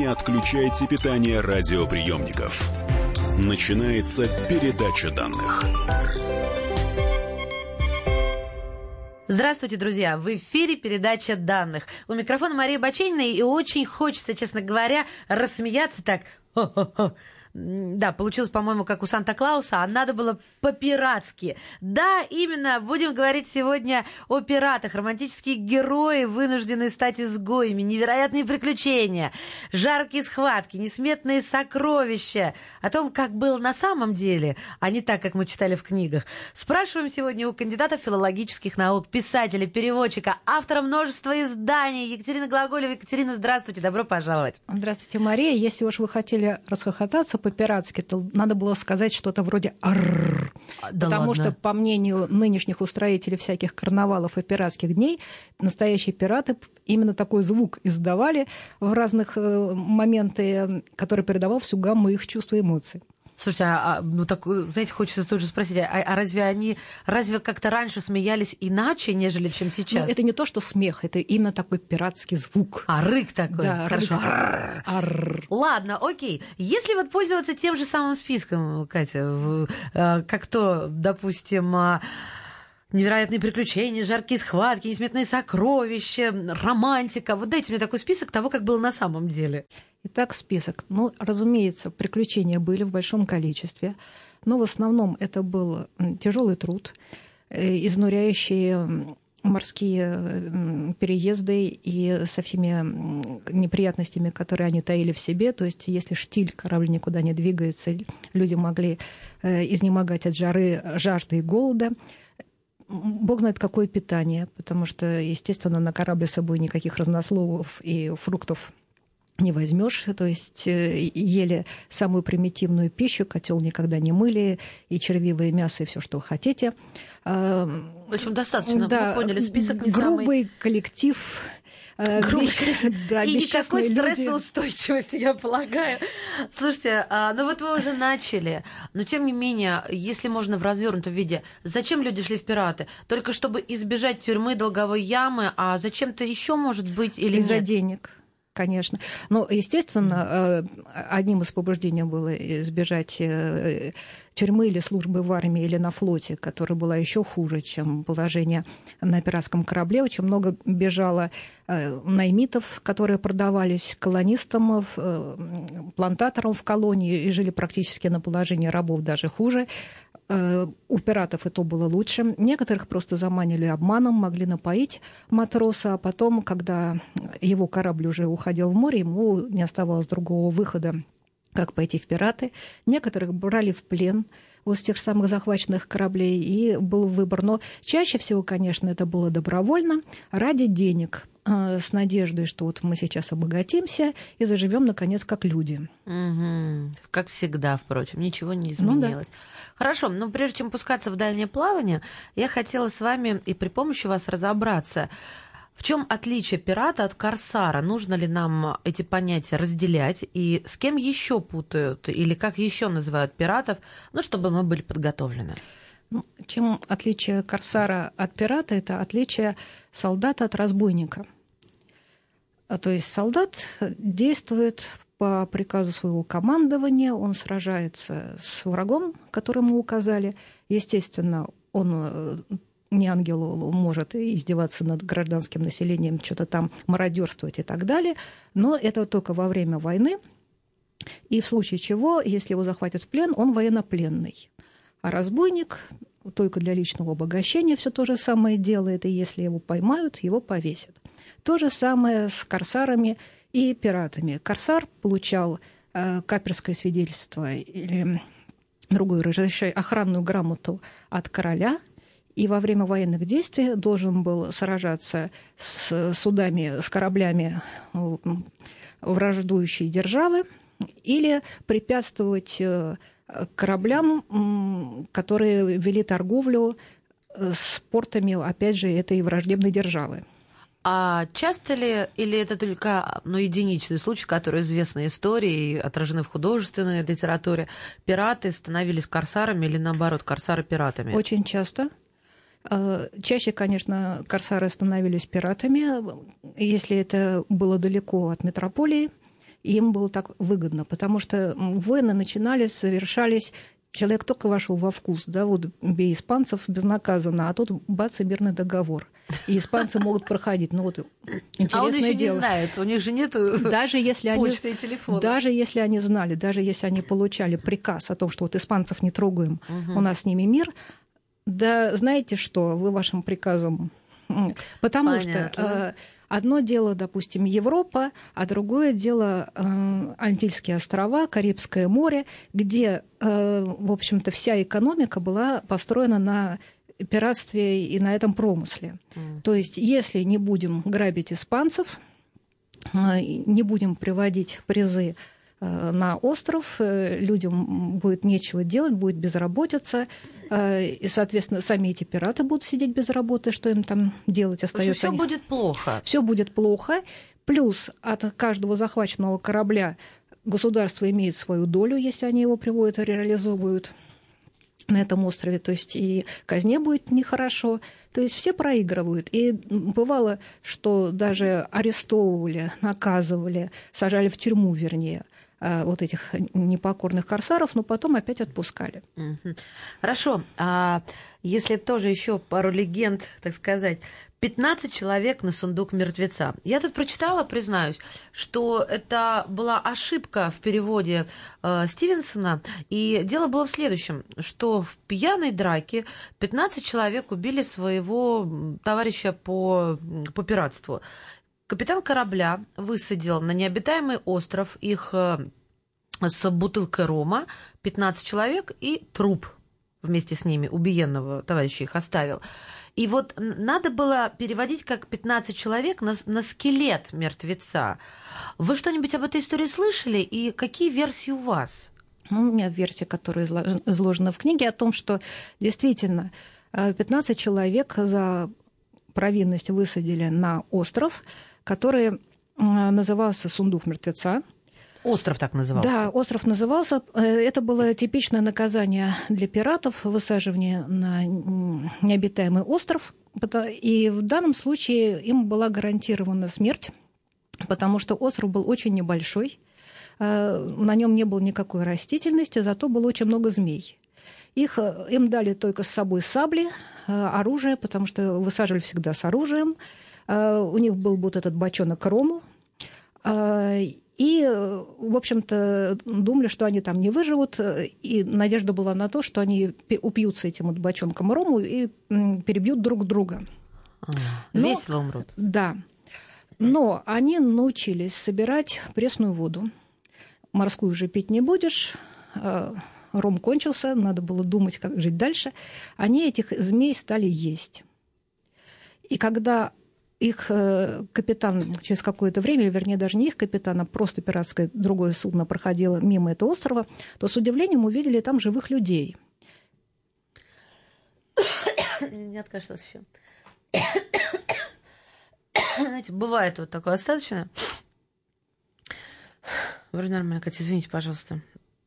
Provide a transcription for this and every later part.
Не отключайте питание радиоприемников. Начинается передача данных. Здравствуйте, друзья! В эфире передача данных. У микрофона Мария Баченина, и очень хочется, честно говоря, рассмеяться так. Хо-хо-хо. Да, получилось, по-моему, как у Санта-Клауса, а надо было по-пиратски. Да, именно, будем говорить сегодня о пиратах. Романтические герои, вынуждены стать изгоями, невероятные приключения, жаркие схватки, несметные сокровища. О том, как было на самом деле, а не так, как мы читали в книгах. Спрашиваем сегодня у кандидата филологических наук, писателя, переводчика, автора множества изданий Екатерина Глаголева. Екатерина, здравствуйте, добро пожаловать. Здравствуйте, Мария. Если уж вы хотели расхохотаться по-пиратски, то надо было сказать что-то вроде «арррр». Да, потому ладно. Что, по мнению нынешних устроителей всяких карнавалов и пиратских дней, настоящие пираты именно такой звук издавали в разных моменты, который передавал всю гамму их чувств и эмоций. Слушайте, ну так, знаете, хочется тут же спросить, разве как-то раньше смеялись иначе, нежели чем сейчас? Ну, это не то, что смех, это именно такой пиратский звук. Рык такой. Да, хорошо. Рык. Ладно, окей. Если вот пользоваться тем же самым списком, Катя, как то, допустим, невероятные приключения, жаркие схватки, несметные сокровища, романтика. Вот дайте мне такой список того, как было на самом деле. Итак, список. Ну, разумеется, приключения были в большом количестве, но в основном это был тяжелый труд, изнуряющие морские переезды и со всеми неприятностями, которые они таили в себе. То есть, если штиль, корабль никуда не двигается, люди могли изнемогать от жары, жажды и голода. Бог знает, какое питание, потому что, естественно, на корабле с собой никаких разнословов и фруктов не возьмешь, то есть ели самую примитивную пищу, котел никогда не мыли, и червивое мясо, и все, что хотите. В общем, достаточно, да, мы поняли, список не грубый коллектив. Да, и никакой стрессоустойчивости, я полагаю. Слушайте, ну вот вы уже начали, но тем не менее, если можно в развернутом виде, зачем люди шли в пираты? Только чтобы избежать тюрьмы, долговой ямы, а зачем-то еще может быть или нет? Из-за денег. Конечно. Но, естественно, одним из побуждений было избежать тюрьмы или службы в армии или на флоте, которая была еще хуже, чем положение на пиратском корабле. Очень много бежало наймитов, которые продавались колонистам, плантаторам в колонии и жили практически на положении рабов, даже хуже. У пиратов это было лучше. Некоторых просто заманили обманом, могли напоить матроса, а потом, когда его корабль уже уходил в море, ему не оставалось другого выхода, как пойти в пираты. Некоторых брали в плен вот с тех самых захваченных кораблей, и был выбор. Но чаще всего, конечно, это было добровольно, ради денег, с надеждой, что вот мы сейчас обогатимся и заживем наконец, как люди. Угу. Как всегда, впрочем, ничего не изменилось. Ну, да. Хорошо, но прежде чем пускаться в дальнее плавание, я хотела с вами и при помощи вас разобраться, в чем отличие пирата от корсара? Нужно ли нам эти понятия разделять? И с кем еще путают? Или как еще называют пиратов? Ну, чтобы мы были подготовлены. Чем отличие корсара от пирата? Это отличие солдата от разбойника. То есть солдат действует по приказу своего командования, он сражается с врагом, который ему указали. Естественно, он не ангел, может издеваться над гражданским населением, что-то там мародерствовать и так далее, но это только во время войны, и в случае чего, если его захватят в плен, он военнопленный. А разбойник только для личного обогащения все то же самое делает, и если его поймают, его повесят. То же самое с корсарами и пиратами. Корсар получал каперское свидетельство или другую охранную грамоту от короля, и во время военных действий должен был сражаться с судами, с кораблями враждующей державы или препятствовать кораблям, которые вели торговлю с портами, опять же, этой враждебной державы. А часто ли, или это только единичный случай, который известны истории, отражены в художественной литературе, пираты становились корсарами или, наоборот, корсары пиратами? Очень часто. Чаще, конечно, корсары становились пиратами, если это было далеко от метрополии, им было так выгодно, потому что войны начинались, совершались, человек только вошел во вкус, да, вот бей испанцев безнаказанно, а тут бац, и мирный договор. И испанцы могут проходить. Ну, вот интересное дело. А он еще не знает, у них же нет почты и телефона. Даже если они знали, даже если они получали приказ о том, что вот испанцев не трогаем, у нас с ними мир, да знаете что, вы вашим приказом... Потому что одно дело, допустим, Европа, а другое дело Антильские острова, Карибское море, где, в общем-то, вся экономика была построена на пиратстве и на этом промысле. То есть, если не будем грабить испанцев, не будем приводить призы на остров, людям будет нечего делать, будет безработица, и, соответственно, сами эти пираты будут сидеть без работы, что им там делать остается. Все будет плохо. Все будет плохо. Плюс от каждого захваченного корабля государство имеет свою долю, если они его приводят и реализовывают на этом острове, то есть и казне будет нехорошо, то есть все проигрывают. И бывало, что даже арестовывали, наказывали, сажали в тюрьму, вернее, вот этих непокорных корсаров, но потом опять отпускали. Хорошо. А если тоже еще пару легенд, так сказать, 15 человек на сундук мертвеца. Я тут прочитала, признаюсь, что это была ошибка в переводе Стивенсона, и дело было в следующем, что в пьяной драке 15 человек убили своего товарища по пиратству. Капитан корабля высадил на необитаемый остров их с бутылкой рома, 15 человек и труп вместе с ними, убиенного товарища их оставил. И вот надо было переводить как 15 человек на скелет мертвеца. Вы что-нибудь об этой истории слышали? И какие версии у вас? У меня версия, которая изложена в книге, о том, что действительно 15 человек за провинность высадили на остров, который назывался «Сундук мертвеца». Остров так назывался? Да, остров назывался. Это было типичное наказание для пиратов, высаживание на необитаемый остров. И в данном случае им была гарантирована смерть, потому что остров был очень небольшой, на нем не было никакой растительности, зато было очень много змей. Им дали только с собой сабли, оружие, потому что высаживали всегда с оружием. У них был вот этот бочонок рому. И, в общем-то, думали, что они там не выживут. И надежда была на то, что они упьются этим вот бочонком рому и перебьют друг друга. Весело умрут. Да. Но они научились собирать пресную воду. Морскую уже пить не будешь. Ром кончился, надо было думать, как жить дальше. Они этих змей стали есть. И когда их капитан через какое-то время, вернее, даже не их капитан, а просто пиратское другое судно проходило мимо этого острова, то с удивлением увидели там живых людей. Не откашлялась еще. Знаете, бывает вот такое остаточное. Вроде нормально, Катя, извините, пожалуйста.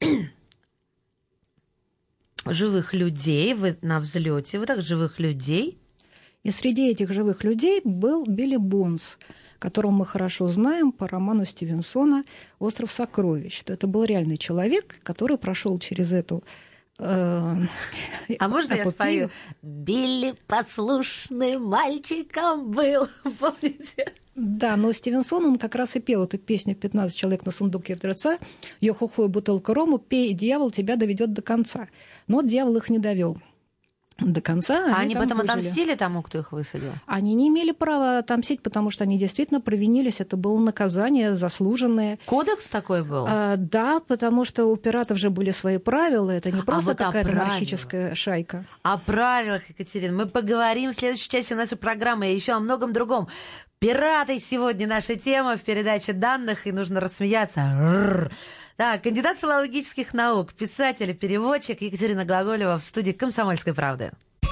Живых людей, вы на взлете, вы так живых людей. И среди этих живых людей был Билли Бонс, которого мы хорошо знаем по роману Стивенсона «Остров сокровищ». Это был реальный человек, который прошел через эту... А можно я спою? «Билли послушным мальчиком был». Помните? Да, но Стивенсон, он как раз и пел эту песню «15 человек на сундуке мертвеца», «Йо-хо-хо, бутылка рому, пей, дьявол тебя доведет до конца». Но дьявол их не довел до конца. А они потом отомстили тому, кто их высадил? Они не имели права отомстить, потому что они действительно провинились. Это было наказание заслуженное. Кодекс такой был? Да, потому что у пиратов же были свои правила. Это не просто вот какая-то анархическая шайка. О правилах, Екатерина, мы поговорим в следующей части нашей программы и еще о многом другом. Пираты сегодня наша тема в передаче данных, и нужно рассмеяться. Так, кандидат филологических наук, писатель и переводчик Екатерина Глаголева в студии «Комсомольской правды».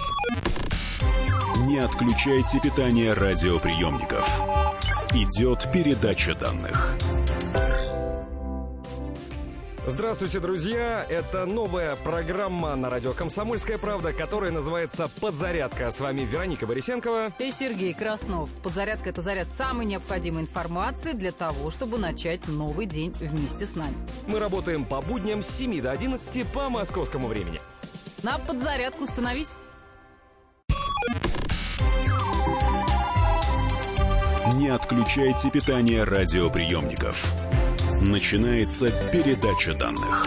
Не отключайте питание радиоприемников. Идет передача данных. Здравствуйте, друзья! Это новая программа на радио «Комсомольская правда», которая называется «Подзарядка». С вами Вероника Борисенкова и Сергей Краснов. Подзарядка – это заряд самой необходимой информации для того, чтобы начать новый день вместе с нами. Мы работаем по будням с 7 до 11 по московскому времени. На подзарядку становись. Не отключайте питание радиоприемников. Начинается передача данных.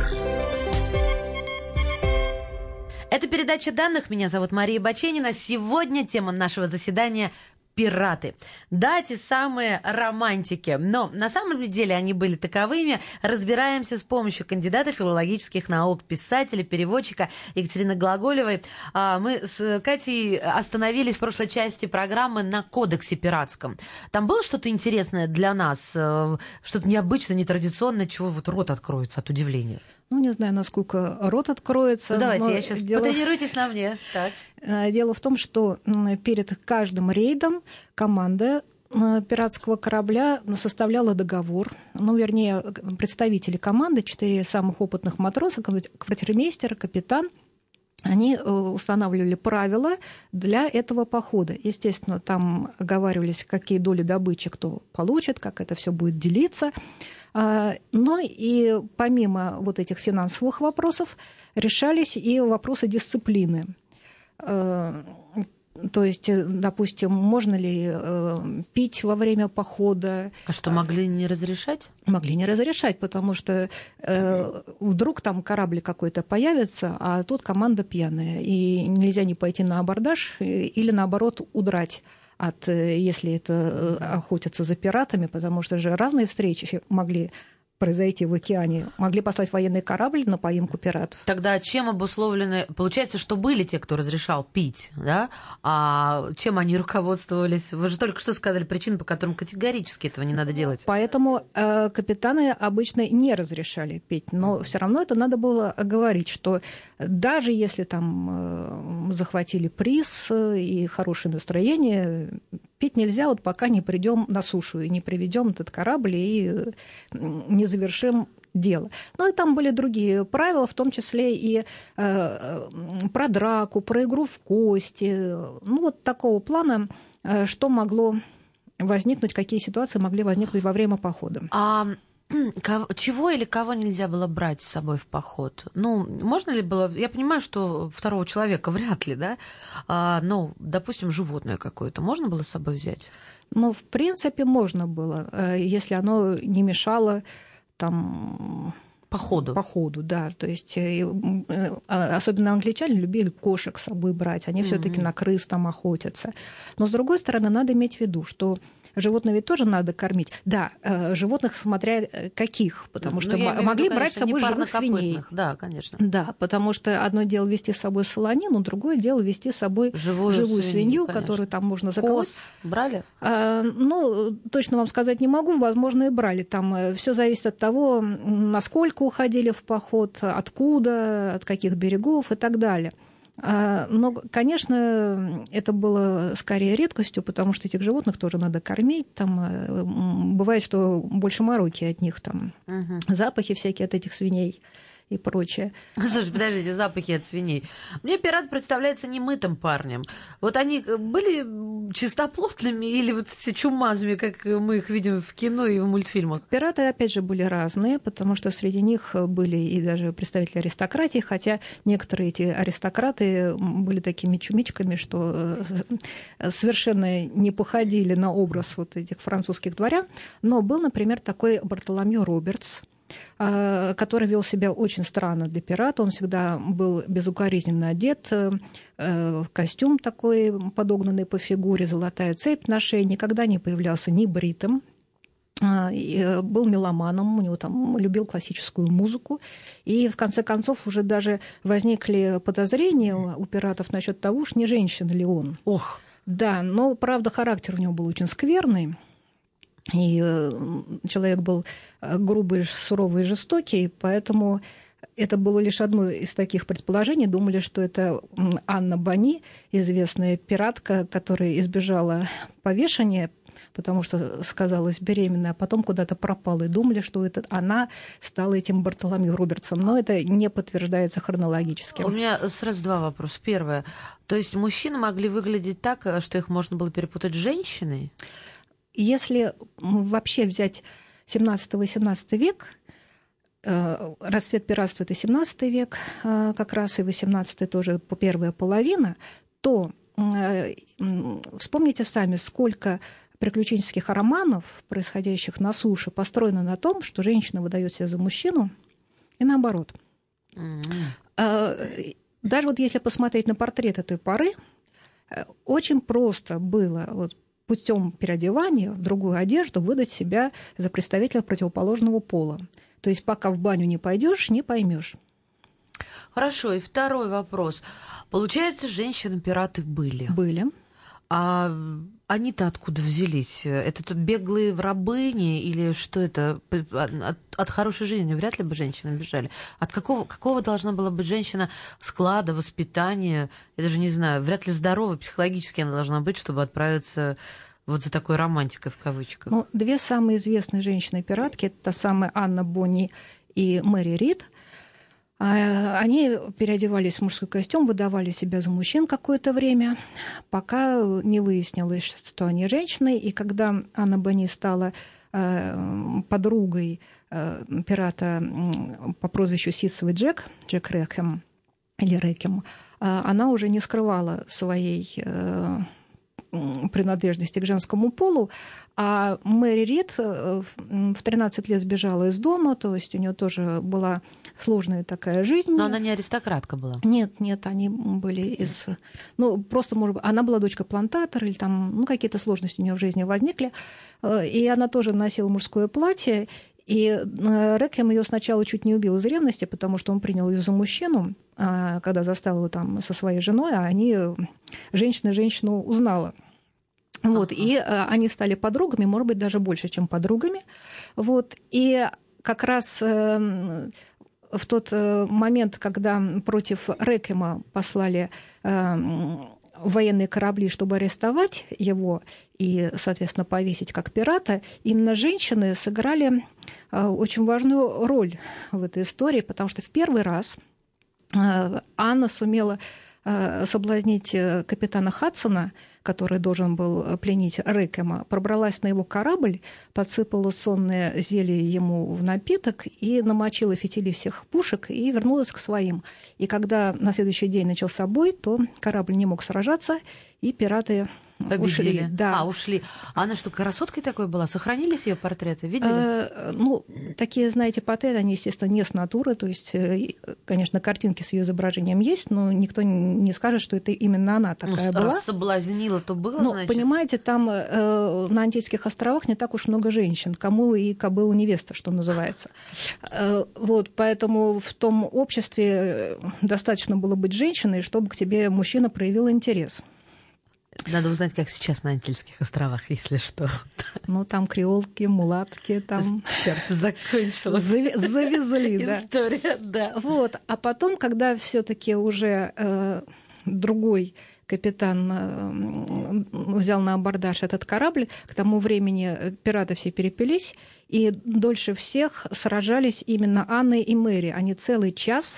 Это передача данных. Меня зовут Мария Баченина. Сегодня тема нашего заседания – пираты. Да, те самые романтики. Но на самом деле они были таковыми. Разбираемся с помощью кандидата филологических наук, писателя, переводчика Екатерины Глаголевой. Мы с Катей остановились в прошлой части программы на кодексе пиратском. Там было что-то интересное для нас? Что-то необычное, нетрадиционное, чего вот рот откроется от удивления? Ну, не знаю, насколько рот откроется. Ну, давайте, я сейчас потренируйтесь на мне. Так. Дело в том, что перед каждым рейдом команда пиратского корабля составляла договор. Ну, вернее, представители команды, 4 самых опытных матроса, квартирмейстер, капитан, они устанавливали правила для этого похода. Естественно, там оговаривались, какие доли добычи кто получит, как это все будет делиться. Но и помимо вот этих финансовых вопросов решались и вопросы дисциплины. То есть, допустим, можно ли пить во время похода. А что, могли не разрешать? Могли не разрешать, потому что вдруг там корабль какой-то появится, а тут команда пьяная, и нельзя не пойти на абордаж или, наоборот, удрать. Если это охотятся за пиратами, потому что же разные встречи могли произойти в океане, могли послать военный корабль на поимку пиратов. Тогда чем обусловлены... Получается, что были те, кто разрешал пить, да? А чем они руководствовались? Вы же только что сказали причины, по которым категорически этого не надо делать. Поэтому капитаны обычно не разрешали пить, но все равно это надо было говорить, что даже если там захватили приз и хорошее настроение, пить нельзя, вот пока не придем на сушу и не приведем этот корабль и не завершим дело. Ну и там были другие правила, в том числе и про драку, про игру в кости. Ну вот такого плана, что могло возникнуть, какие ситуации могли возникнуть во время похода. Чего или кого нельзя было брать с собой в поход? Ну, можно ли было... Я понимаю, что второго человека вряд ли, да? Но, допустим, животное какое-то можно было с собой взять? Ну, в принципе, можно было, если оно не мешало там... Походу, да. То есть, особенно англичане любили кошек с собой брать. Они все-таки на крыс там охотятся. Но, с другой стороны, надо иметь в виду, что животных ведь тоже надо кормить. Да, животных смотря каких, потому что могли брать с собой живых свиней. Да, конечно. Да, потому что одно дело вести с собой солонину, другое дело вести с собой живую свинью, которую там можно заколоть. Коз брали? Ну, точно вам сказать не могу, возможно, и брали. Там все зависит от того, насколько уходили в поход, откуда, от каких берегов и так далее. Но, конечно, это было скорее редкостью, потому что этих животных тоже надо кормить. Там бывает, что больше мороки от них, там запахи всякие от этих свиней и прочее. Слушай, подождите, запахи от свиней. Мне пират представляется немытым парнем. Вот они были чистоплотными или вот чумазами, как мы их видим в кино и в мультфильмах? Пираты, опять же, были разные, потому что среди них были и даже представители аристократии, хотя некоторые эти аристократы были такими чумичками, что совершенно не походили на образ вот этих французских дворян. Но был, например, такой Бартоломью Робертс, который вел себя очень странно для пирата. Он всегда был безукоризненно одет, костюм такой подогнанный по фигуре, золотая цепь на шее, никогда не появлялся ни бритым, был меломаном, у него там любил классическую музыку, и в конце концов уже даже возникли подозрения у пиратов насчет того, уж не женщина ли он. Ох! Да, но, правда, характер у него был очень скверный. И человек был грубый, суровый и жестокий, поэтому это было лишь одно из таких предположений. Думали, что это Анна Бони, известная пиратка, которая избежала повешения потому что сказалась беременная, а потом куда-то пропала, и думали, что это она стала этим Бартоломью Робертсом. Но это не подтверждается хронологически. У меня сразу два вопроса. Первое. То есть мужчины могли выглядеть так, что их можно было перепутать с женщиной? Если вообще взять 17-18 век, расцвет пиратства – это 17 век, как раз и 18 тоже первая половина, то вспомните сами, сколько приключенческих романов, происходящих на суше, построено на том, что женщина выдает себя за мужчину, и наоборот. Даже вот если посмотреть на портреты той поры, очень просто было вот путем переодевания в другую одежду выдать себя за представителя противоположного пола. То есть пока в баню не пойдешь, не поймешь. Хорошо, и второй вопрос. Получается, женщины-пираты были? Были. А они-то откуда взялись? Это тут беглые в рабыни или что это? От хорошей жизни вряд ли бы женщины бежали. От какого должна была быть женщина склада, воспитания? Я даже не знаю. Вряд ли здоровой психологически она должна быть, чтобы отправиться вот за такой романтикой в кавычках. Ну, две самые известные женщины-пиратки, это та самая Анна Бонни и Мэри Рид. Они переодевались в мужской костюм, выдавали себя за мужчин какое-то время, пока не выяснилось, что они женщины. И когда Анна Бонни стала подругой пирата по прозвищу Сисовый Джек Рэкем, или Рэкем, она уже не скрывала своей принадлежности к женскому полу, а Мэри Рид в 13 лет сбежала из дома, то есть у нее тоже была сложная такая жизнь. Но она не аристократка была? Нет, они были из... Ну, просто, может быть, она была дочкой плантатора, или там, ну, какие-то сложности у нее в жизни возникли, и она тоже носила мужское платье, и Рэкем ее сначала чуть не убил из ревности, потому что он принял ее за мужчину, когда застал его там со своей женой, а женщина женщину узнала. Вот, и они стали подругами, может быть, даже больше, чем подругами. Вот, и как раз в тот момент, когда против Рэкема послали военные корабли, чтобы арестовать его и, соответственно, повесить как пирата, именно женщины сыграли очень важную роль в этой истории, потому что в первый раз Анна сумела соблазнить капитана Хадсона, который должен был пленить Рэкема, пробралась на его корабль, подсыпала сонное зелье ему в напиток и намочила фитили всех пушек и вернулась к своим. И когда на следующий день начался бой, то корабль не мог сражаться, и пираты победили. Ушли. Да. Ушли. А она что, красоткой такой была? Сохранились ее портреты? Видели? Ну, такие, знаете, портреты, они, естественно, не с натуры. То есть, конечно, картинки с ее изображением есть, но никто не скажет, что это именно она такая была. Раз соблазнила, то было, ну, значит? Понимаете, там на Антильских островах не так уж много женщин. Кому и кобыла невеста, что называется. Вот, поэтому в том обществе достаточно было быть женщиной, чтобы к тебе мужчина проявил интерес. Надо узнать, как сейчас на Антильских островах, если что. Ну, там креолки, мулатки, там... Черт, закончилась. Завезли, да. История, да. Вот, а потом, когда все таки уже другой капитан взял на абордаж этот корабль, к тому времени пираты все перепились, и дольше всех сражались именно Анна и Мэри. Они целый час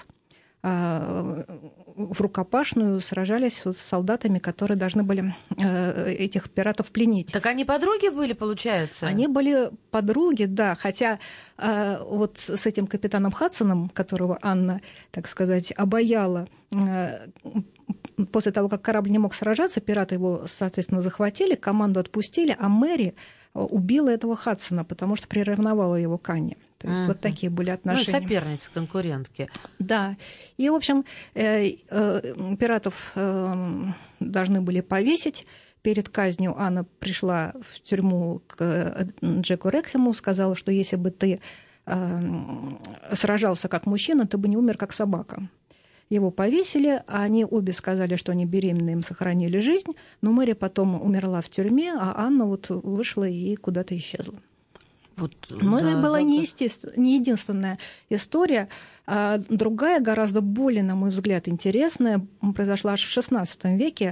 в рукопашную сражались с солдатами, которые должны были этих пиратов пленить. Так они подруги были, получается? Они были подруги, да, хотя вот с этим капитаном Хадсоном, которого Анна, так сказать, обаяла, после того, как корабль не мог сражаться, пираты его, соответственно, захватили, команду отпустили, а Мэри убила этого Хадсона, потому что приревновала его к Анне. То есть вот такие были отношения. Ну, соперницы, конкурентки. Да. И, в общем, пиратов должны были повесить. Перед казнью Анна пришла в тюрьму к Джеку Рэкхему, сказала, что если бы ты сражался как мужчина, ты бы не умер как собака. Его повесили, а они обе сказали, что они беременны, им сохранили жизнь, но Мэри потом умерла в тюрьме, а Анна вот вышла и куда-то исчезла. Вот, но да, это была не единственная история. Другая, гораздо более, на мой взгляд, интересная, произошла аж в XVI веке.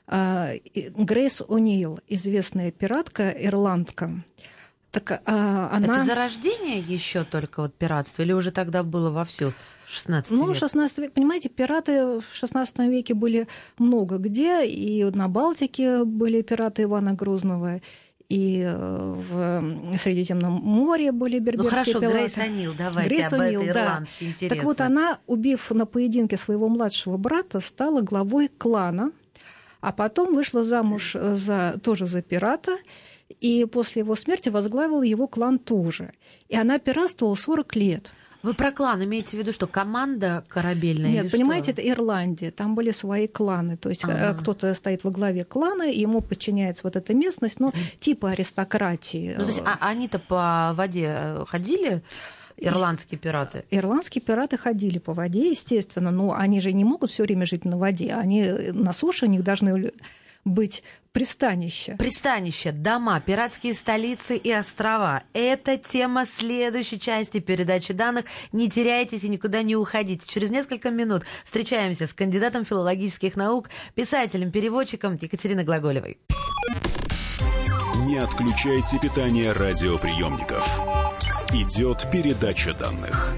Грейс О'Нил, известная пиратка, ирландка. Так, она... Это зарождение еще только вот пиратства или уже тогда было вовсю? 16 век. 16 век. Понимаете, пираты в 16 веке были много где, и на Балтике были пираты Ивана Грозного, и в Средиземном море были берберские пираты. Грейс О'Нил, давайте Грейс об О'Нил, этой да. ирландке, интересно. Так вот, она, убив на поединке своего младшего брата, стала главой клана, а потом вышла замуж тоже за пирата, и после его смерти возглавила его клан тоже. И она пиратствовала 40 лет. Вы про клан имеете в виду, что команда корабельная? Нет, или понимаете, что? это Ирландия, там были свои кланы, то есть кто-то стоит во главе клана, ему подчиняется вот эта местность, но типа аристократии. Ну, то есть они-то по воде ходили, ирландские пираты? Ирландские пираты ходили по воде, естественно, но они же не могут все время жить на воде, они на суше, у них должны быть пристанища. Пристанища, дома, пиратские столицы и острова. Это тема следующей части передачи данных. Не теряйтесь и никуда не уходите. Через несколько минут встречаемся с кандидатом филологических наук, писателем, переводчиком Екатериной Глаголевой. Не отключайте питание радиоприемников. Идет передача данных.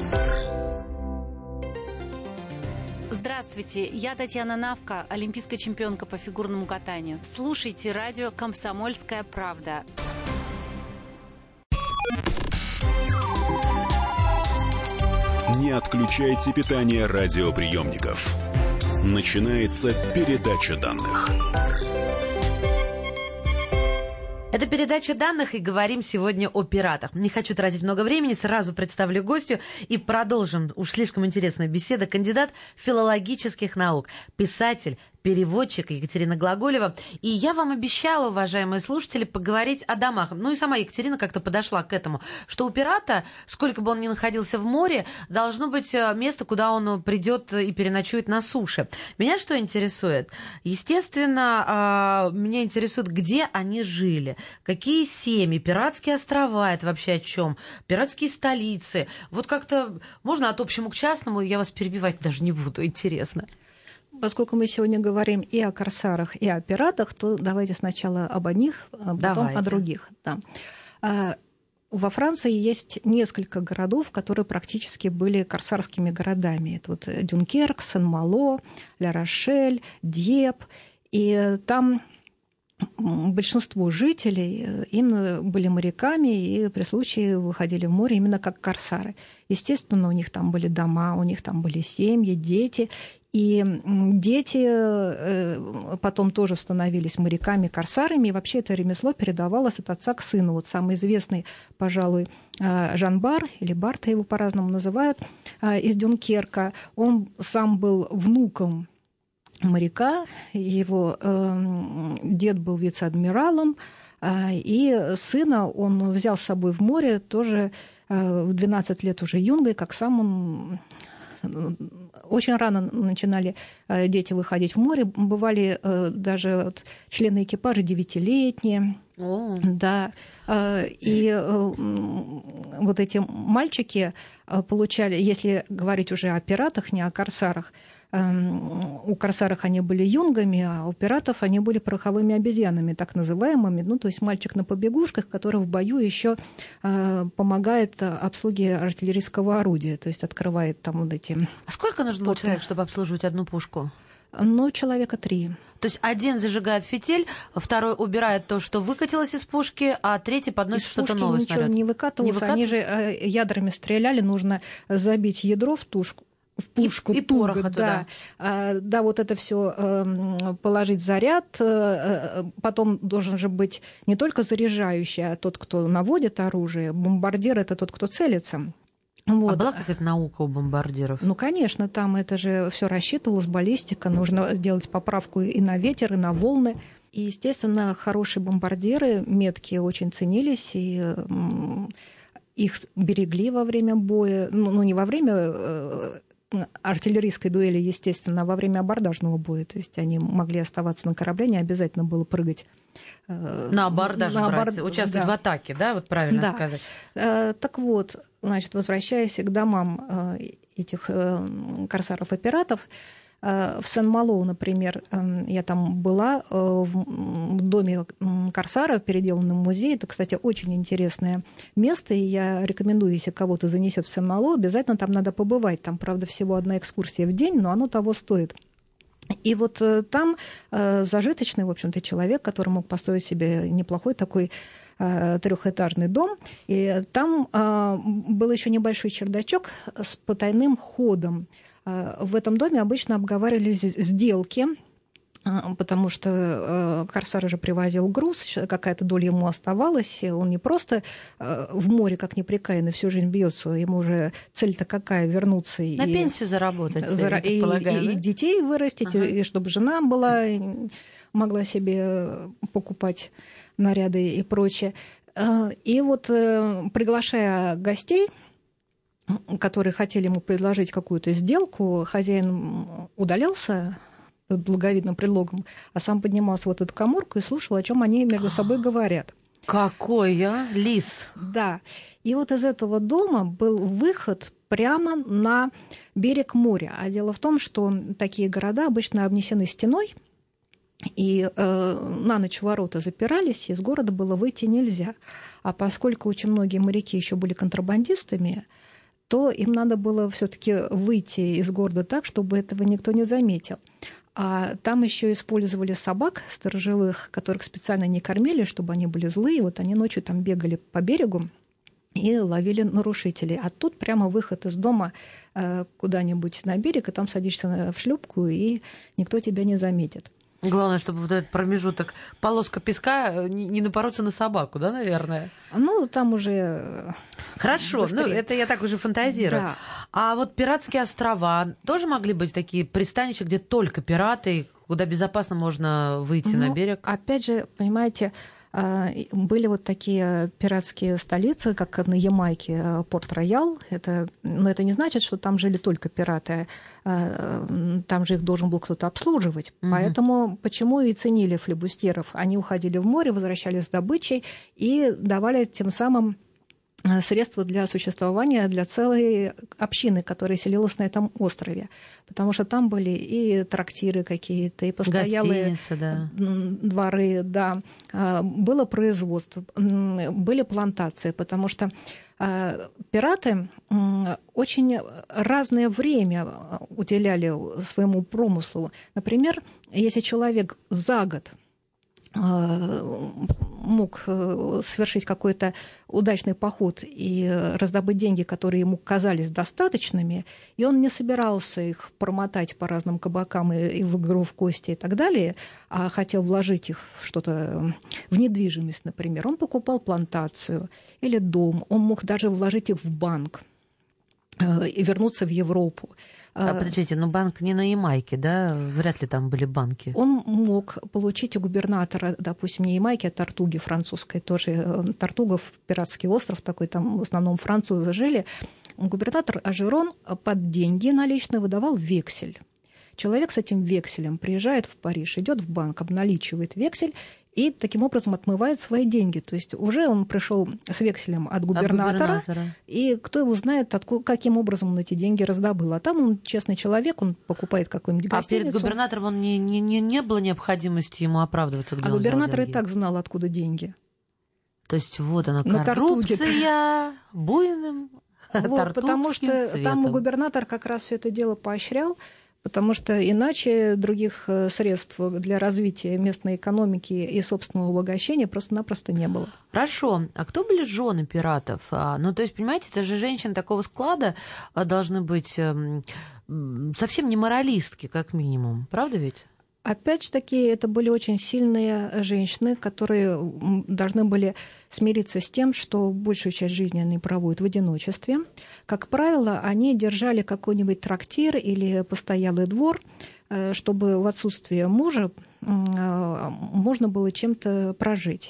Здравствуйте, я Татьяна Навка, олимпийская чемпионка по фигурному катанию. Слушайте радио «Комсомольская правда». Не отключайте питание радиоприемников. Начинается передача данных. Это передача данных, и говорим сегодня о пиратах. Не хочу тратить много времени, сразу представлю гостью и продолжим. Уж слишком интересная беседа. Кандидат филологических наук, писатель, переводчик Екатерина Глаголева. И я вам обещала, уважаемые слушатели, поговорить о домах. Ну и сама Екатерина как-то подошла к этому, что у пирата, сколько бы он ни находился в море, должно быть место, куда он придет и переночует на суше. Меня что интересует? Естественно, меня интересует, где они жили, какие семьи, пиратские острова, это вообще о чем, пиратские столицы. Вот как-то можно от общему к частному, я вас перебивать даже не буду, интересно. Поскольку мы сегодня говорим и о корсарах, и о пиратах, то давайте сначала об одних, а потом о других. Да. Во Франции есть несколько городов, которые практически были корсарскими городами. Это вот Дюнкерк, Сен-Мало, Ля-Рошель, Дьепп. И там большинство жителей именно были моряками и при случае выходили в море именно как корсары. Естественно, у них там были дома, у них там были семьи, дети. И дети потом тоже становились моряками, корсарами, и вообще это ремесло передавалось от отца к сыну. Вот самый известный, пожалуй, Жан Бар, или Барта его по-разному называют, из Дюнкерка, он сам был внуком моряка, его дед был вице-адмиралом, и сына он взял с собой в море тоже в 12 лет уже юнгой, как сам он... Очень рано начинали дети выходить в море, бывали даже вот члены экипажа 9-летние. Да. И вот эти мальчики получали, если говорить уже о пиратах, не о корсарах, у корсаров они были юнгами, а у пиратов они были пороховыми обезьянами, так называемыми. Ну, то есть мальчик на побегушках, который в бою еще помогает обслуге артиллерийского орудия, то есть открывает там вот эти... А сколько нужно было человек, чтобы обслуживать одну пушку? Ну, человека 3. То есть один зажигает фитиль, второй убирает то, что выкатилось из пушки, а третий подносит что-то новое. Из пушки ничего не выкатывалось, они же ядрами стреляли, нужно забить ядро в тушку. В пушку и туго, пороха да. Да, вот это все положить заряд. Потом должен же быть не только заряжающий, а тот, кто наводит оружие. Бомбардир — это тот, кто целится. Вот. А была какая-то наука у бомбардиров? Ну, конечно, там это же все рассчитывалось, баллистика. Нужно делать поправку и на ветер, и на волны. И, естественно, хорошие бомбардиры, меткие, очень ценились, и их берегли во время боя. Ну, не во время артиллерийской дуэли, естественно, а во время абордажного боя. То есть они могли оставаться на корабле, не обязательно было прыгать. На абордаж брать, участвовать в атаке, да, вот правильно сказать. Так вот, значит, возвращаясь к домам этих корсаров и пиратов, В Сен-Мало, например, я там была, в доме Корсара, переделанном музее. Это, кстати, очень интересное место, и я рекомендую, если кого-то занесет в Сен-Мало, обязательно там надо побывать. Там, правда, всего одна экскурсия в день, но оно того стоит. И вот там зажиточный, в общем-то, человек, который мог построить себе неплохой такой трехэтажный дом. И там был еще небольшой чердачок с потайным ходом. В этом доме обычно обговаривались сделки, потому что Корсар же привозил груз, какая-то доля ему оставалась. Он не просто в море, как непрекаянный, всю жизнь бьется, ему уже цель-то какая — вернуться. На пенсию заработать, и детей вырастить, и чтобы жена могла себе покупать наряды и прочее. И вот, приглашая гостей, которые хотели ему предложить какую-то сделку, хозяин удалялся под благовидным предлогом, а сам поднимался в эту каморку и слушал, о чем они между собой говорят. Какой лис! Да. И вот из этого дома был выход прямо на берег моря. А дело в том, что такие города обычно обнесены стеной, и на ночь ворота запирались, из города было выйти нельзя. А поскольку очень многие моряки еще были контрабандистами, то им надо было все-таки выйти из города так, чтобы этого никто не заметил. А там еще использовали собак сторожевых, которых специально не кормили, чтобы они были злые. Вот они ночью там бегали по берегу и ловили нарушителей. А тут прямо выход из дома куда-нибудь на берег, и там садишься в шлюпку, и никто тебя не заметит. Главное, чтобы вот этот промежуток, полоска песка, не напороться на собаку, да, наверное? Ну, там уже... Хорошо, быстрее. Ну, это я так уже фантазирую. Да. А вот пиратские острова тоже могли быть такие пристанища, где только пираты, куда безопасно можно выйти на берег? Опять же, понимаете, были вот такие пиратские столицы, как на Ямайке, Порт-Роял. Но это не значит, что там жили только пираты. Там же их должен был кто-то обслуживать. Поэтому почему и ценили флибустьеров? Они уходили в море, возвращались с добычей и давали тем самым средства для существования для целой общины, которая селилась на этом острове. Потому что там были и трактиры какие-то, и постоялые дворы, да. Было производство, были плантации, потому что пираты очень разное время уделяли своему промыслу. Например, если человек за год мог совершить какой-то удачный поход и раздобыть деньги, которые ему казались достаточными, и он не собирался их промотать по разным кабакам и в игру в кости и так далее, а хотел вложить их в что-то, в недвижимость, например. Он покупал плантацию или дом, он мог даже вложить их в банк и вернуться в Европу. Подождите, но банк не на Ямайке, да? Вряд ли там были банки. Он мог получить у губернатора, допустим, не Ямайки, а Тартуги французской, тоже Тартугов, пиратский остров такой, там в основном французы жили. Губернатор Ажерон под деньги наличные выдавал вексель. Человек с этим векселем приезжает в Париж, идет в банк, обналичивает вексель и таким образом отмывает свои деньги. То есть уже он пришел с векселем от губернатора. И кто его знает, каким образом он эти деньги раздобыл. А там он честный человек, он покупает какую-нибудь гостиницу. А перед губернатором не было необходимости ему оправдываться, где он взял губернатор деньги? И так знал, откуда деньги. То есть вот она, коррупция буйным потому что цветом. Там губернатор как раз все это дело поощрял, потому что иначе других средств для развития местной экономики и собственного обогащения просто-напросто не было. Хорошо. А кто были жены пиратов? Ну, то есть, понимаете, это же женщины такого склада должны быть совсем не моралистки, как минимум. Правда ведь? Опять же таки, это были очень сильные женщины, которые должны были смириться с тем, что большую часть жизни они проводят в одиночестве. Как правило, они держали какой-нибудь трактир или постоялый двор, чтобы в отсутствие мужа можно было чем-то прожить.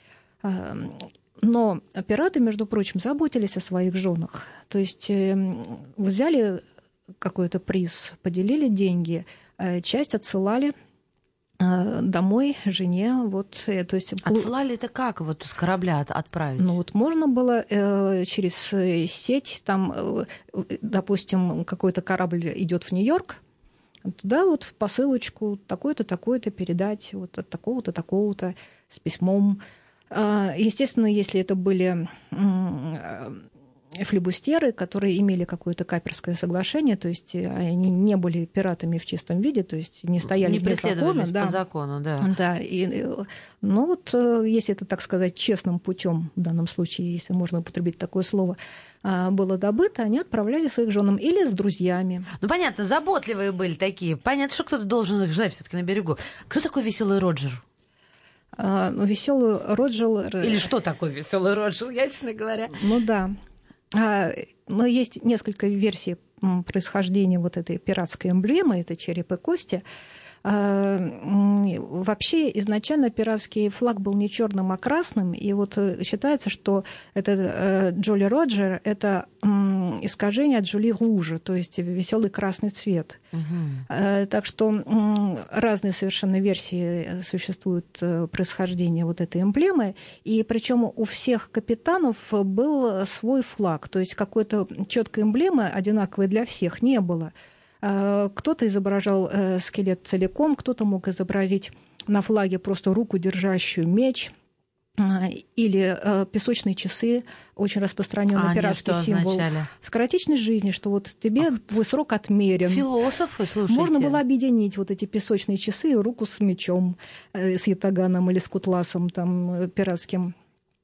Но пираты, между прочим, заботились о своих женах. То есть взяли какой-то приз, поделили деньги, часть отсылали домой жене. Вот, то есть, отсылали это как вот с корабля отправить? Ну вот можно было через сеть, там, допустим, какой-то корабль идет в Нью-Йорк, Туда вот в посылочку такое-то, такое-то передать, вот от такого-то, такого-то, с письмом. Естественно, если это были флибустеры, которые имели какое-то каперское соглашение, то есть они не были пиратами в чистом виде, то есть не стояли вне закона. По закону, да. Да, но вот если это, так сказать, честным путем в данном случае, если можно употребить такое слово, было добыто, они отправляли своих женам или с друзьями. Ну, понятно, заботливые были такие. Понятно, что кто-то должен их ждать все-таки на берегу. Кто такой веселый Роджер? Веселый Роджер... Или что такое веселый Роджер, я, честно говоря? Ну да. Но есть несколько версий происхождения вот этой пиратской эмблемы, это череп и кости. Вообще изначально пиратский флаг был не черным, а красным, и вот считается, что это Джоли Роджер – это искажение от Джоли Ружа, то есть веселый красный цвет. Так что разные совершенно версии существуют происхождения вот этой эмблемы, и причем у всех капитанов был свой флаг, то есть какой-то четкой эмблемы одинаковой для всех не было. Кто-то изображал скелет целиком, кто-то мог изобразить на флаге просто руку, держащую меч, или песочные часы, очень распространенный пиратский символ. Скоротечность жизни, что вот тебе твой срок отмерен. Философы, слушайте. Можно было объединить вот эти песочные часы и руку с мечом, с ятаганом или с кутласом там, пиратским.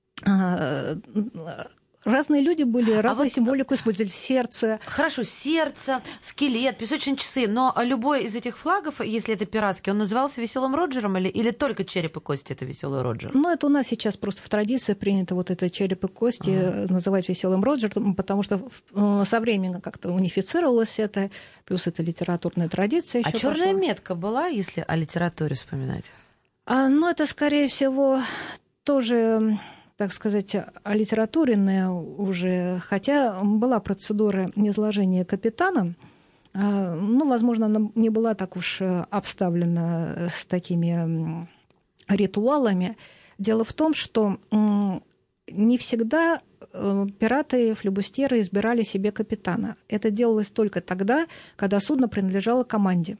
Разные люди были, разную символику использовали. Сердце. Хорошо, сердце, скелет, песочные часы. Но любой из этих флагов, если это пиратский, он назывался веселым Роджером или только череп и кости это веселый Роджер? Ну, это у нас сейчас просто в традиции принято вот это череп и кости называть веселым Роджером, потому что со временем как-то унифицировалось это, плюс это литературная традиция. А черная метка была, если о литературе вспоминать? Ну, это, скорее всего, тоже... так сказать, олитературенная уже, хотя была процедура низложения капитана, ну, возможно, она не была так уж обставлена с такими ритуалами. Дело в том, что не всегда пираты, флибустеры избирали себе капитана. Это делалось только тогда, когда судно принадлежало команде.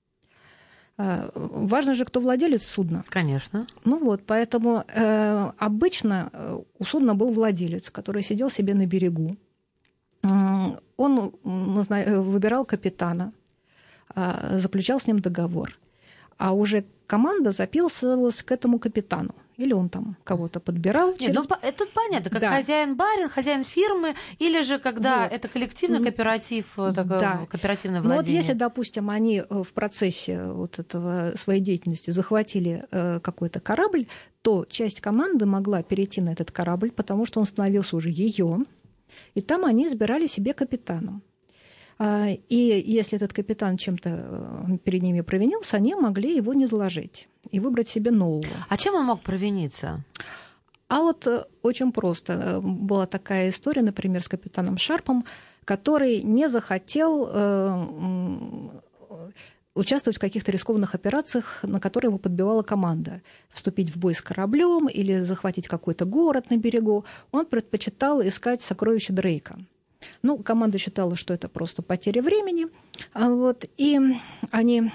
Важно же, кто владелец судна. Конечно. Ну вот, поэтому обычно у судна был владелец, который сидел себе на берегу. Он выбирал капитана, заключал с ним договор. А уже команда записывалась к этому капитану. Или он там кого-то подбирал. Нет, ну, это понятно, как хозяин-барин, хозяин фирмы, или же когда это коллективный кооператив, кооперативное владение. Ну вот если, допустим, они в процессе вот этого своей деятельности захватили какой-то корабль, то часть команды могла перейти на этот корабль, потому что он становился уже ее, и там они избирали себе капитана. И если этот капитан чем-то перед ними провинился, они могли его низложить и выбрать себе нового. А чем он мог провиниться? А вот очень просто. Была такая история, например, с капитаном Шарпом, который не захотел участвовать в каких-то рискованных операциях, на которые его подбивала команда. Вступить в бой с кораблем или захватить какой-то город на берегу. Он предпочитал искать сокровища Дрейка. Ну, команда считала, что это просто потеря времени. Вот, и они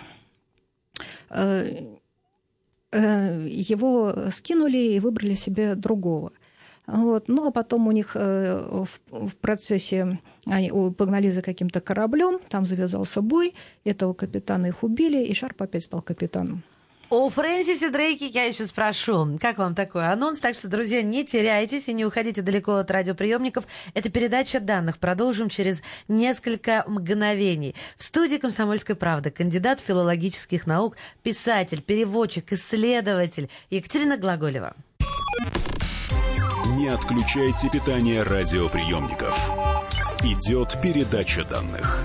его скинули и выбрали себе другого. Вот. Ну, а потом у них в процессе они погнали за каким-то кораблем, там завязался бой, этого капитана их убили, и Шарп опять стал капитаном. О Фрэнсисе Дрейке я еще спрошу. Как вам такой анонс? Так что, друзья, не теряйтесь и не уходите далеко от радиоприемников. Это передача данных. Продолжим через несколько мгновений. В студии «Комсомольской правды» кандидат филологических наук, писатель, переводчик, исследователь Екатерина Глаголева. Не отключайте питание радиоприемников. Идет передача данных.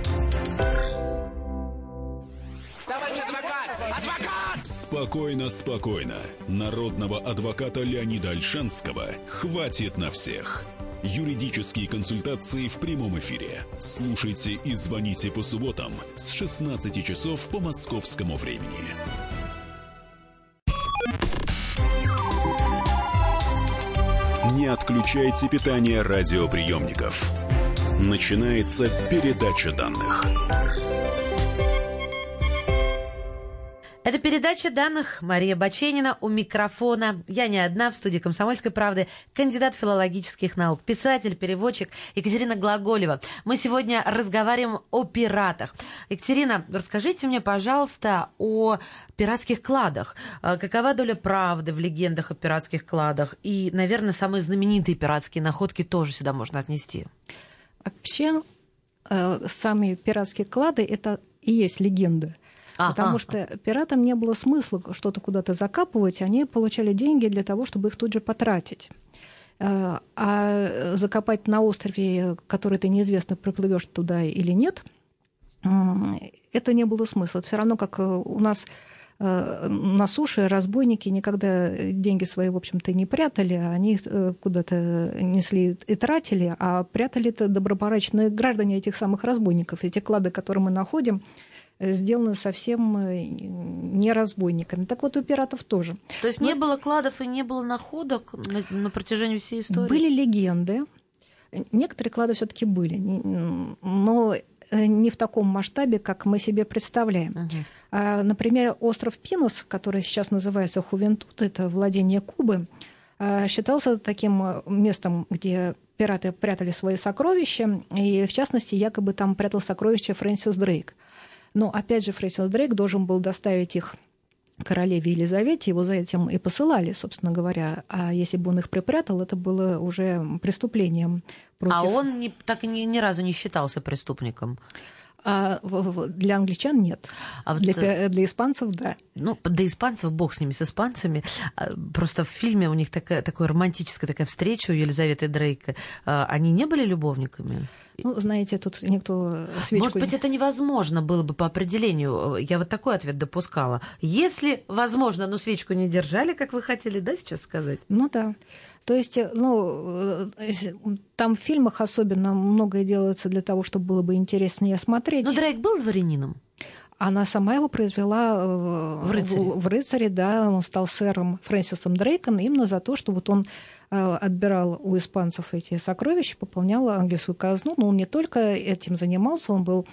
Спокойно, спокойно. Народного адвоката Леонида Ольшанского хватит на всех. Юридические консультации в прямом эфире. Слушайте и звоните по субботам с 16 часов по московскому времени. Не отключайте питание радиоприемников. Начинается передача данных. Это передача данных. Мария Баченина у микрофона. Я не одна, в студии «Комсомольской правды» кандидат филологических наук, писатель, переводчик Екатерина Глаголева. Мы сегодня разговариваем о пиратах. Екатерина, расскажите мне, пожалуйста, о пиратских кладах. Какова доля правды в легендах о пиратских кладах? И, наверное, самые знаменитые пиратские находки тоже сюда можно отнести. Вообще, сами пиратские клады – это и есть легенды. Потому что пиратам не было смысла что-то куда-то закапывать, они получали деньги для того, чтобы их тут же потратить. А закопать на острове, который ты неизвестно, приплывешь туда или нет, это не было смысла. Все равно, как у нас на суше разбойники никогда деньги свои, в общем-то, не прятали, они их куда-то несли и тратили, а прятали это добропорядочные граждане этих самых разбойников. Эти клады, которые мы находим, сделаны совсем не разбойниками. Так вот, у пиратов тоже. То есть не было кладов и не было находок на протяжении всей истории? Были легенды. Некоторые клады все-таки были, но не в таком масштабе, как мы себе представляем. Например, остров Пинос, который сейчас называется Хувентут, это владение Кубы, считался таким местом, где пираты прятали свои сокровища, и, в частности, якобы там прятал сокровища Фрэнсис Дрейк. Но, опять же, Фрэнсис Дрейк должен был доставить их королеве Елизавете, его за этим и посылали, собственно говоря. А если бы он их припрятал, это было уже преступлением против... А он так и ни разу не считался преступником? Для англичан нет. Для испанцев – да. Ну, для испанцев, бог с ними, с испанцами. Просто в фильме у них такая романтическая такая встреча у Елизаветы Дрейка. Они не были любовниками? Ну, знаете, тут никто свечку... Может быть, это невозможно было бы по определению. Я вот такой ответ допускала. Если возможно, но свечку не держали, как вы хотели, да, сейчас сказать? Ну, да. То есть, там в фильмах особенно многое делается для того, чтобы было бы интереснее смотреть. Но Дрейк был дворянином? Она сама его произвела в рыцаре, да, он стал сэром Фрэнсисом Дрейком именно за то, что вот он отбирал у испанцев эти сокровища, пополнял английскую казну, но он не только этим занимался, он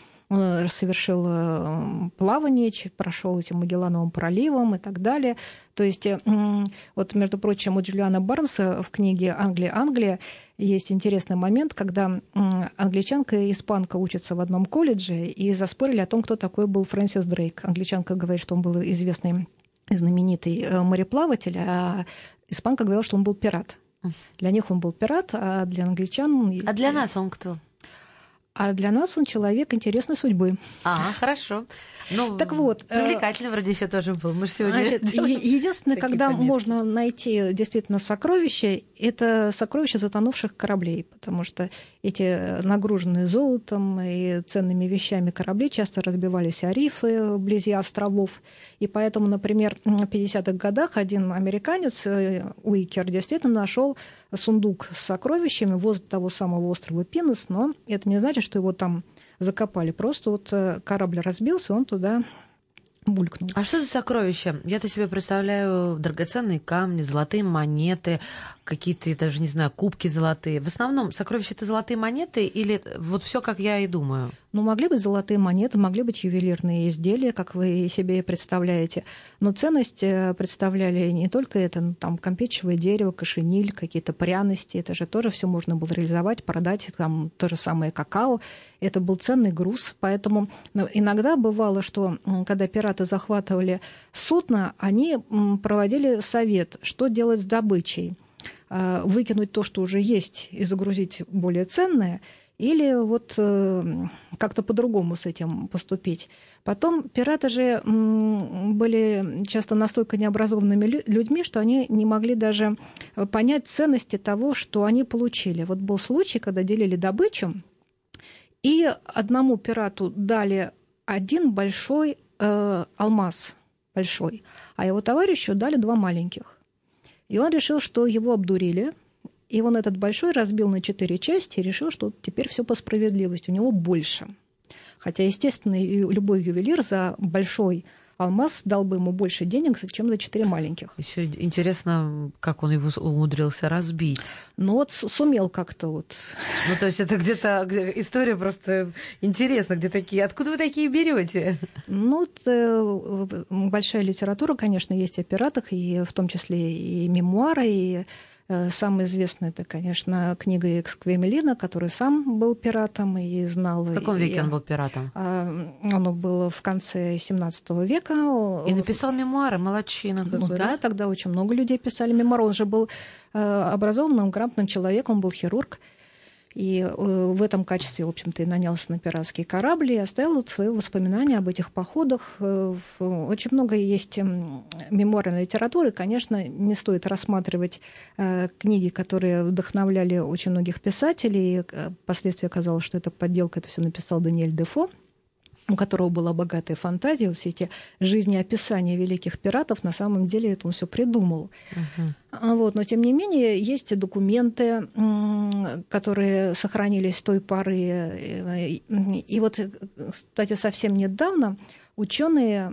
совершил плавание, прошел этим Магеллановым проливом и так далее. То есть, вот, между прочим, у Джулиана Барнса в книге «Англия» есть интересный момент, когда англичанка и испанка учатся в одном колледже и заспорили о том, кто такой был Фрэнсис Дрейк. Англичанка говорит, что он был известный, знаменитый мореплаватель, а испанка говорила, что он был пират. Для них он был пират, а для англичан... А для нас он кто? А для нас он человек интересной судьбы. Хорошо. Ну, так вот, привлекательный вроде еще тоже был. Мы же сегодня единственное, когда можно найти действительно сокровища, это сокровища затонувших кораблей, потому что эти нагруженные золотом и ценными вещами корабли часто разбивались о рифы вблизи островов. И поэтому, например, в 50-х годах один американец, Уикер, действительно нашел сундук с сокровищами возле того самого острова Пинос, но это не значит, что его там закопали. Просто вот корабль разбился, он туда булькнул. А что за сокровища? Я-то себе представляю драгоценные камни, золотые монеты, какие-то, я даже не знаю, кубки золотые. В основном сокровища — это золотые монеты или вот все, как я и думаю? Ну, могли быть золотые монеты, могли быть ювелирные изделия, как вы себе представляете. Но ценность представляли не только это, но там кампечевое дерево, кошениль, какие-то пряности. Это же тоже все можно было реализовать, продать. Там то же самое какао. Это был ценный груз. Поэтому иногда бывало, что когда пираты захватывали судно, они проводили совет, что делать с добычей. Выкинуть то, что уже есть, и загрузить более ценное, или вот как-то по-другому с этим поступить. Потом пираты же были часто настолько необразованными людьми, что они не могли даже понять ценности того, что они получили. Вот был случай, когда делили добычу, и одному пирату дали один большой алмаз, большой, а его товарищу дали два маленьких. И он решил, что его обдурили, и он этот большой разбил на 4 части и решил, что теперь все по справедливости, у него больше. Хотя, естественно, любой ювелир за большой алмаз дал бы ему больше денег, чем за 4 маленьких. Еще интересно, как он его умудрился разбить. Ну вот сумел как-то вот. Ну, то есть это где-то история просто интересна, где такие. Откуда вы такие берете? Ну, вот, большая литература, конечно, есть о пиратах, и в том числе и мемуары, и самое известное, это, конечно, книга Эксквемелина, который сам был пиратом и знал... В каком веке он был пиратом? Он был в конце XVII века. И написал мемуары, молодчина. Ну да, тогда очень много людей писали мемуары. Он же был образованным, грамотным человеком, он был хирург. И в этом качестве, в общем-то, и нанялся на пиратский корабль и оставил свои воспоминания об этих походах. Очень много есть мемуарной литературы. Конечно, не стоит рассматривать книги, которые вдохновляли очень многих писателей. Впоследствии оказалось, что это подделка, это все написал Даниэль Дефо, у которого была богатая фантазия, вот все эти жизнеописания великих пиратов, на самом деле это он все придумал. Вот, но, тем не менее, есть документы, которые сохранились с той поры. И вот, кстати, совсем недавно ученые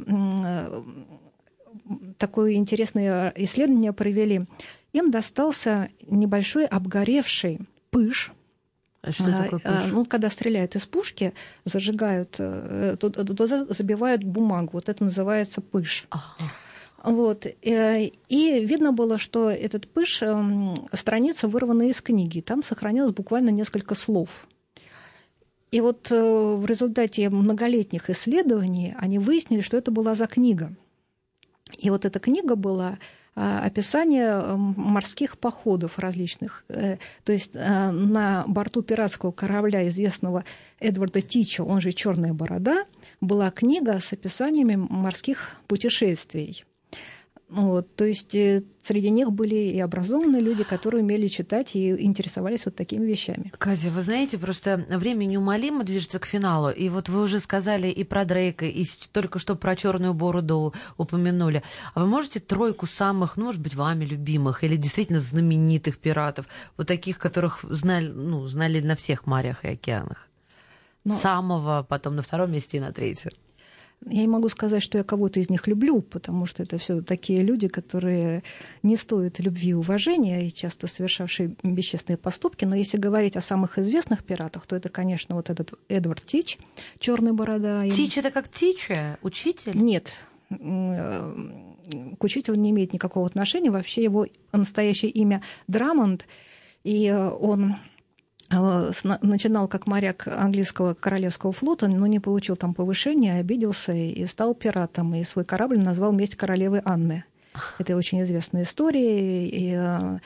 такое интересное исследование провели. Им достался небольшой обгоревший пыш. А что такое пыш? Ну, когда стреляют из пушки, зажигают, туда забивают бумагу. Вот это называется пыш. Ага. Вот. И видно было, что этот пыш — страница, вырванная из книги. Там сохранилось буквально несколько слов. И вот в результате многолетних исследований они выяснили, что это была за книга. И вот эта книга была описание морских походов различных. То есть на борту пиратского корабля, известного Эдварда Тича, он же «Черная борода», была книга с описаниями морских путешествий. Вот, то есть среди них были и образованные люди, которые умели читать и интересовались вот такими вещами. Казя, вы знаете, просто время неумолимо движется к финалу. И вот вы уже сказали и про Дрейка, и только что про «Черную бороду» упомянули. А вы можете тройку самых, ну, может быть, вами любимых или действительно знаменитых пиратов, вот таких, которых знали на всех морях и океанах? Самого, потом на втором месте и на третьем. Я не могу сказать, что я кого-то из них люблю, потому что это все такие люди, которые не стоят любви и уважения, и часто совершавшие бесчестные поступки. Но если говорить о самых известных пиратах, то это, конечно, вот этот Эдвард Тич, «Черная борода». Тич — это как Тича? Учитель? Нет. К учителю не имеет никакого отношения. Вообще его настоящее имя Драмонт, и он начинал как моряк английского королевского флота, но не получил там повышения, обиделся и стал пиратом. И свой корабль назвал «Месть королевы Анны». Это очень известная история. И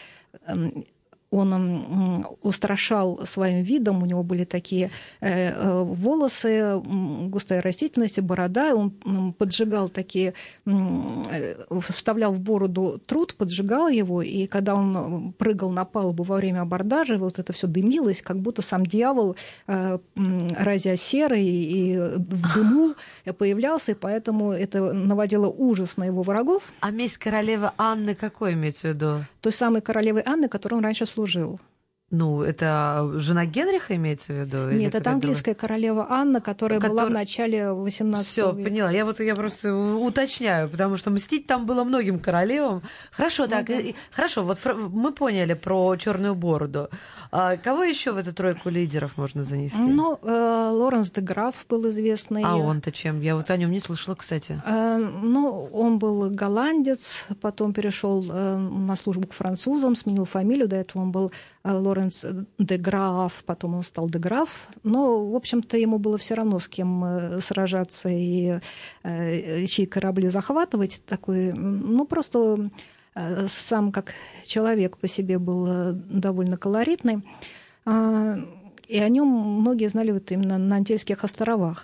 он устрашал своим видом, у него были такие волосы, густая растительность, борода, он поджигал такие, вставлял в бороду труд, поджигал его, и когда он прыгал на палубу во время абордажа, вот это все дымилось, как будто сам дьявол, разя серый и в дыму появлялся, и поэтому это наводило ужас на его врагов. А месть королевы Анны какой имеется в виду? Той самой королевы Анны, которой он раньше служил. Ну, это жена Генриха имеется в виду? Нет, это английская королева Анна, которая была в начале 18 Всё, века. поняла. Я просто уточняю, потому что мстить там было многим королевам. Хорошо, так, хорошо, вот мы поняли про «Черную бороду». А кого еще в эту тройку лидеров можно занести? Ну, Лоренс де Граф был известный. А он-то чем? Я вот о нем не слышала, кстати. Ну, он был голландец, потом перешел на службу к французам, сменил фамилию, до этого он был Лоренс де Граф, потом он стал де Граф. Но, в общем-то, ему было все равно, с кем сражаться и чьи корабли захватывать. Такой, ну, просто сам как человек по себе был довольно колоритный. И о нем многие знали вот именно на Антильских островах.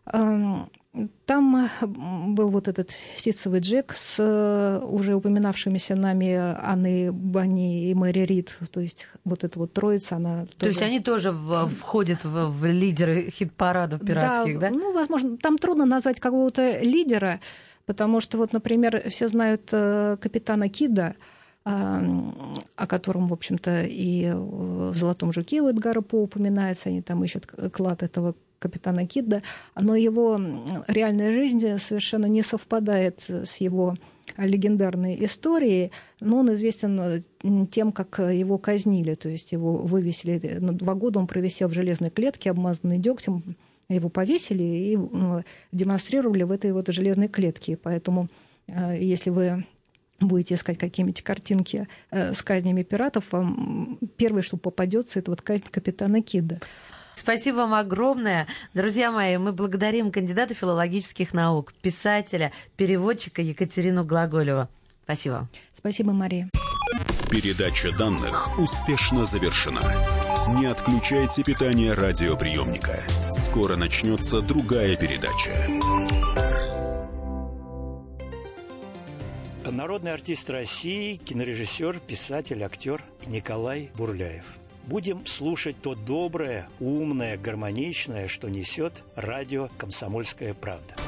Там был вот этот ситцевый Джек с уже упоминавшимися нами Анной Банни и Мэри Рид. То есть вот эта вот троица, она... То есть они тоже входят в лидеры хит-парадов пиратских, да? Ну, возможно, там трудно назвать какого-то лидера, потому что вот, например, все знают капитана Кида, о котором, в общем-то, и в «Золотом жуке» у Эдгара По упоминается, они там ищут клад этого капитана Кидда, но его реальная жизнь совершенно не совпадает с его легендарной историей, но он известен тем, как его казнили, то есть его вывесили, 2 года он провисел в железной клетке, обмазанный дегтем, его повесили и демонстрировали в этой вот железной клетке. Поэтому, если вы будете искать какие-нибудь картинки с казнями пиратов, вам первое, что попадется, это вот казнь капитана Кидда. Спасибо вам огромное. Друзья мои, мы благодарим кандидата филологических наук, писателя, переводчика Екатерину Глаголеву. Спасибо. Спасибо, Мария. Передача данных успешно завершена. Не отключайте питание радиоприемника. Скоро начнется другая передача. Народный артист России, кинорежиссер, писатель, актер Николай Бурляев. Будем слушать то доброе, умное, гармоничное, что несет радио «Комсомольская правда».